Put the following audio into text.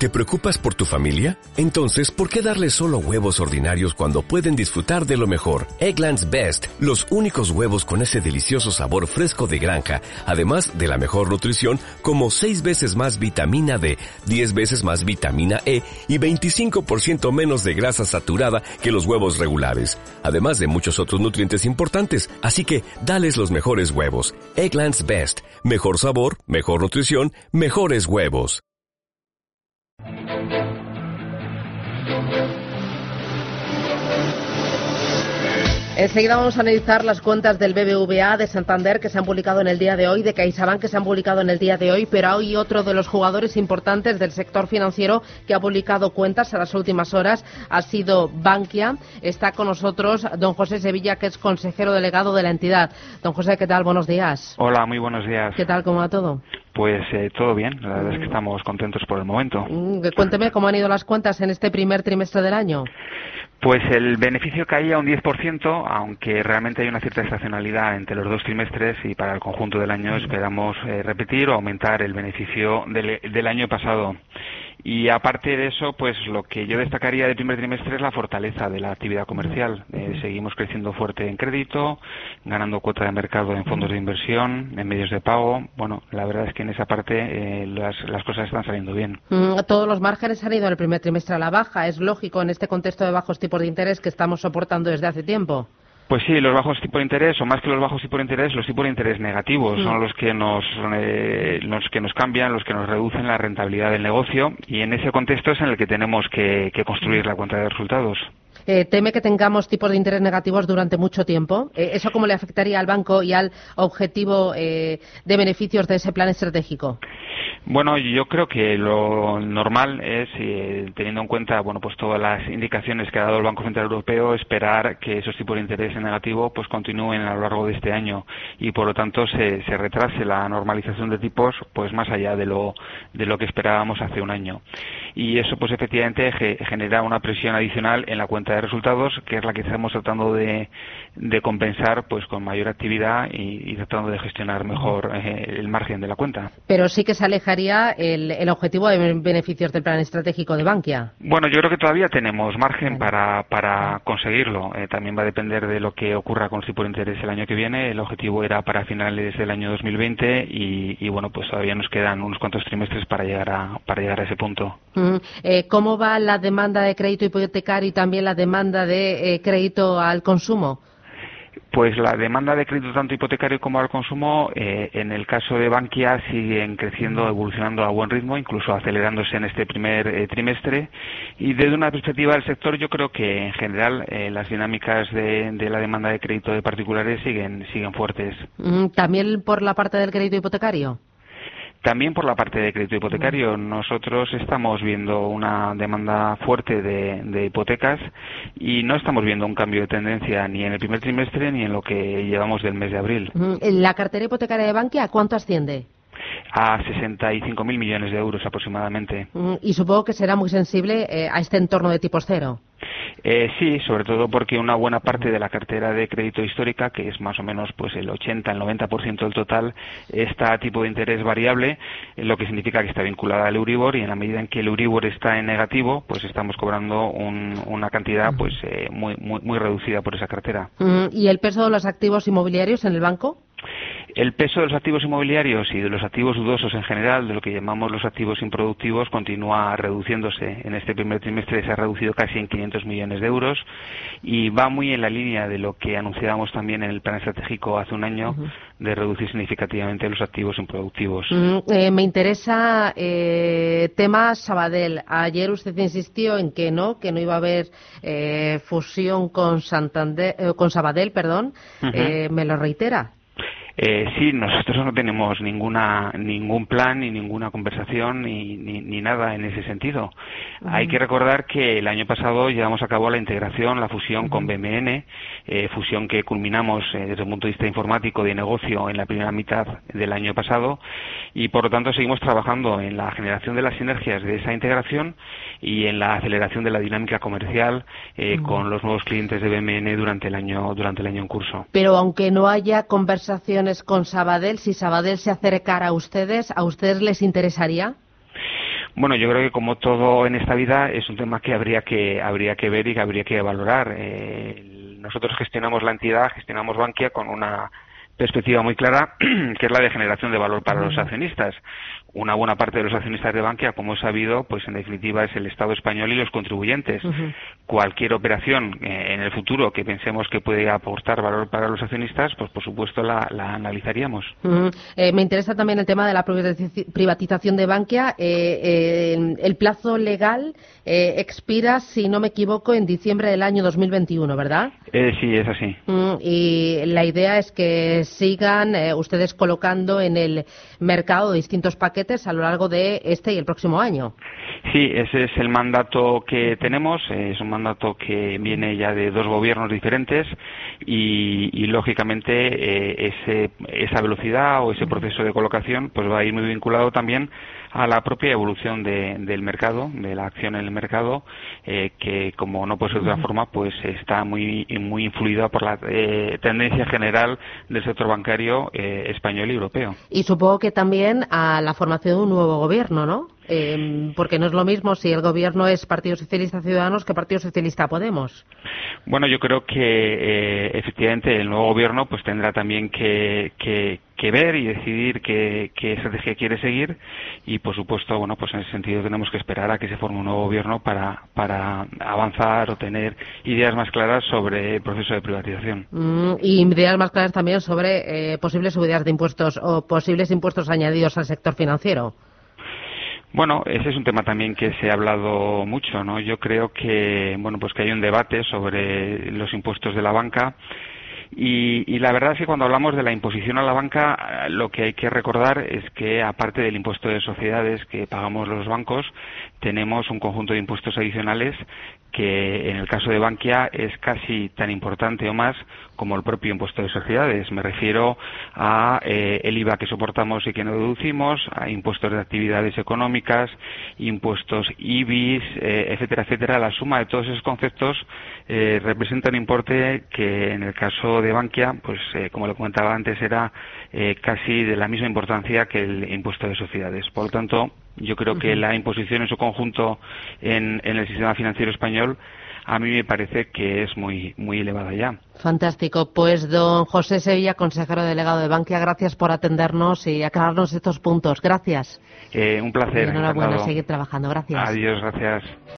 ¿Te preocupas por tu familia? Entonces, ¿por qué darles solo huevos ordinarios cuando pueden disfrutar de lo mejor? Eggland's Best, los únicos huevos con ese delicioso sabor fresco de granja, además de la mejor nutrición, como 6 veces más vitamina D, 10 veces más vitamina E y 25% menos de grasa saturada que los huevos regulares, además de muchos otros nutrientes importantes. Así que, dales los mejores huevos. Eggland's Best, mejor sabor, mejor nutrición, mejores huevos. Enseguida vamos a analizar las cuentas del BBVA, de Santander, que se han publicado en el día de hoy, de CaixaBank, que se han publicado en el día de hoy, pero hay otro de los jugadores importantes del sector financiero que ha publicado cuentas en las últimas horas, ha sido Bankia. Está con nosotros don José Sevilla, que es consejero delegado de la entidad. Don José, ¿qué tal? Buenos días. Hola, muy buenos días. ¿Qué tal? ¿Cómo va todo? Pues todo bien, la verdad es que estamos contentos por el momento. Cuénteme cómo han ido las cuentas en este primer trimestre del año. Pues el beneficio caía un 10%, aunque realmente hay una cierta estacionalidad entre los 2 trimestres y para el conjunto del año esperamos repetir o aumentar el beneficio del año pasado. Y aparte de eso, pues lo que yo destacaría del primer trimestre es la fortaleza de la actividad comercial. Seguimos creciendo fuerte en crédito, ganando cuota de mercado en fondos de inversión, en medios de pago. Bueno, la verdad es que en esa parte las cosas están saliendo bien. Todos los márgenes han ido en el primer trimestre a la baja. Es lógico en este contexto de bajos tipos de interés que estamos soportando desde hace tiempo. Pues sí, los bajos tipos de interés, o más que los bajos tipos de interés, los tipos de interés negativos son los que nos cambian, los que nos reducen la rentabilidad del negocio, y en ese contexto es en el que tenemos que construir la cuenta de resultados. ¿Teme que tengamos tipos de interés negativos durante mucho tiempo? ¿Eso cómo le afectaría al banco y al objetivo de beneficios de ese plan estratégico? Bueno, yo creo que lo normal es, teniendo en cuenta, bueno, pues todas las indicaciones que ha dado el Banco Central Europeo, esperar que esos tipos de interés en negativo pues continúen a lo largo de este año y por lo tanto se retrase la normalización de tipos pues más allá de lo que esperábamos hace un año. Y eso pues efectivamente genera una presión adicional en la cuenta de resultados, que es la que estamos tratando de compensar pues con mayor actividad y tratando de gestionar mejor el margen de la cuenta. Pero sí que se alejaría el objetivo de beneficios del plan estratégico de Bankia. Bueno, yo creo que todavía tenemos margen para conseguirlo. También va a depender de lo que ocurra con el tipo de interés el año que viene. El objetivo era para finales del año 2020 y bueno, pues todavía nos quedan unos cuantos trimestres para llegar a ese punto. ¿Cómo va la demanda de crédito hipotecario y también la demanda de crédito al consumo? Pues la demanda de crédito tanto hipotecario como al consumo, en el caso de Bankia, siguen creciendo, evolucionando a buen ritmo, incluso acelerándose en este primer trimestre. Y desde una perspectiva del sector, yo creo que en general las dinámicas de la demanda de crédito de particulares siguen fuertes. ¿También por la parte del crédito hipotecario? También por la parte de crédito hipotecario. Nosotros estamos viendo una demanda fuerte de hipotecas y no estamos viendo un cambio de tendencia ni en el primer trimestre ni en lo que llevamos del mes de abril. ¿La cartera hipotecaria de Bankia a cuánto asciende? A 65.000 millones de euros aproximadamente. Y supongo que será muy sensible a este entorno de tipos cero. Sí, sobre todo porque una buena parte de la cartera de crédito histórica, que es más o menos pues el 80, el 90% del total, está a tipo de interés variable, lo que significa que está vinculada al Euribor, y en la medida en que el Euribor está en negativo, pues estamos cobrando una cantidad pues muy reducida por esa cartera. ¿Y el peso de los activos inmobiliarios en el banco? El peso de los activos inmobiliarios y de los activos dudosos en general, de lo que llamamos los activos improductivos, continúa reduciéndose. En este primer trimestre se ha reducido casi en 500 millones de euros y va muy en la línea de lo que anunciábamos también en el plan estratégico hace un año, de reducir significativamente los activos improductivos. Me interesa tema Sabadell. Ayer usted insistió en que no iba a haber fusión con Sabadell, perdón. ¿Me lo reitera? Sí, nosotros no tenemos ningún plan ni ninguna conversación ni nada en ese sentido. Hay que recordar que el año pasado llevamos a cabo la integración, la fusión con BMN, fusión que culminamos desde el punto de vista informático de negocio en la primera mitad del año pasado, y por lo tanto seguimos trabajando en la generación de las sinergias de esa integración y en la aceleración de la dinámica comercial con los nuevos clientes de BMN durante el año en curso. Pero aunque no haya conversaciones con Sabadell, si Sabadell se acercara a ustedes les interesaría. Bueno, yo creo que como todo en esta vida es un tema que habría que ver y que habría que valorar. Nosotros gestionamos la entidad, gestionamos Bankia con una perspectiva muy clara, que es la de generación de valor para los accionistas. Una buena parte de los accionistas de Bankia, como he sabido, pues en definitiva es el Estado español y los contribuyentes. Cualquier operación en el futuro que pensemos que puede aportar valor para los accionistas, pues por supuesto la analizaríamos. Me interesa también el tema de la privatización de Bankia. El plazo legal expira, si no me equivoco, en diciembre del año 2021, ¿verdad? Sí, es así. Y la idea es que sigan ustedes colocando en el mercado distintos paquetes a lo largo de este y el próximo año. Sí, ese es el mandato que tenemos. Es un mandato que viene ya de dos gobiernos diferentes y lógicamente esa velocidad o ese proceso de colocación pues va a ir muy vinculado también a la propia evolución del mercado, de la acción en el mercado, que como no puede ser de otra forma, pues está muy influida por la tendencia general del sector bancario español y europeo. Y supongo que también a la formación de un nuevo gobierno, ¿no? Porque no es lo mismo si el gobierno es Partido Socialista Ciudadanos que Partido Socialista Podemos. Bueno, yo creo que efectivamente el nuevo gobierno pues tendrá también que ver y decidir qué estrategia quiere seguir y por supuesto, bueno, pues en ese sentido tenemos que esperar a que se forme un nuevo gobierno para avanzar o tener ideas más claras sobre el proceso de privatización. Y ideas más claras también sobre posibles subidas de impuestos o posibles impuestos añadidos al sector financiero. Bueno, ese es un tema también que se ha hablado mucho, ¿no? Yo creo que, bueno, pues que hay un debate sobre los impuestos de la banca y la verdad es que cuando hablamos de la imposición a la banca, lo que hay que recordar es que aparte del impuesto de sociedades que pagamos los bancos, tenemos un conjunto de impuestos adicionales que en el caso de Bankia es casi tan importante o más como el propio impuesto de sociedades. Me refiero a el IVA que soportamos y que no deducimos, a impuestos de actividades económicas, impuestos IBIs, etcétera, etcétera. La suma de todos esos conceptos representa un importe que en el caso de Bankia, pues como lo comentaba antes, era casi de la misma importancia que el impuesto de sociedades. Por lo tanto, yo creo que la imposición en su conjunto en el sistema financiero español a mí me parece que es muy elevada ya. Fantástico. Pues don José Sevilla, consejero delegado de Bankia, gracias por atendernos y aclararnos estos puntos. Gracias. Un placer. Y enhorabuena, seguir trabajando. Gracias. Adiós, gracias.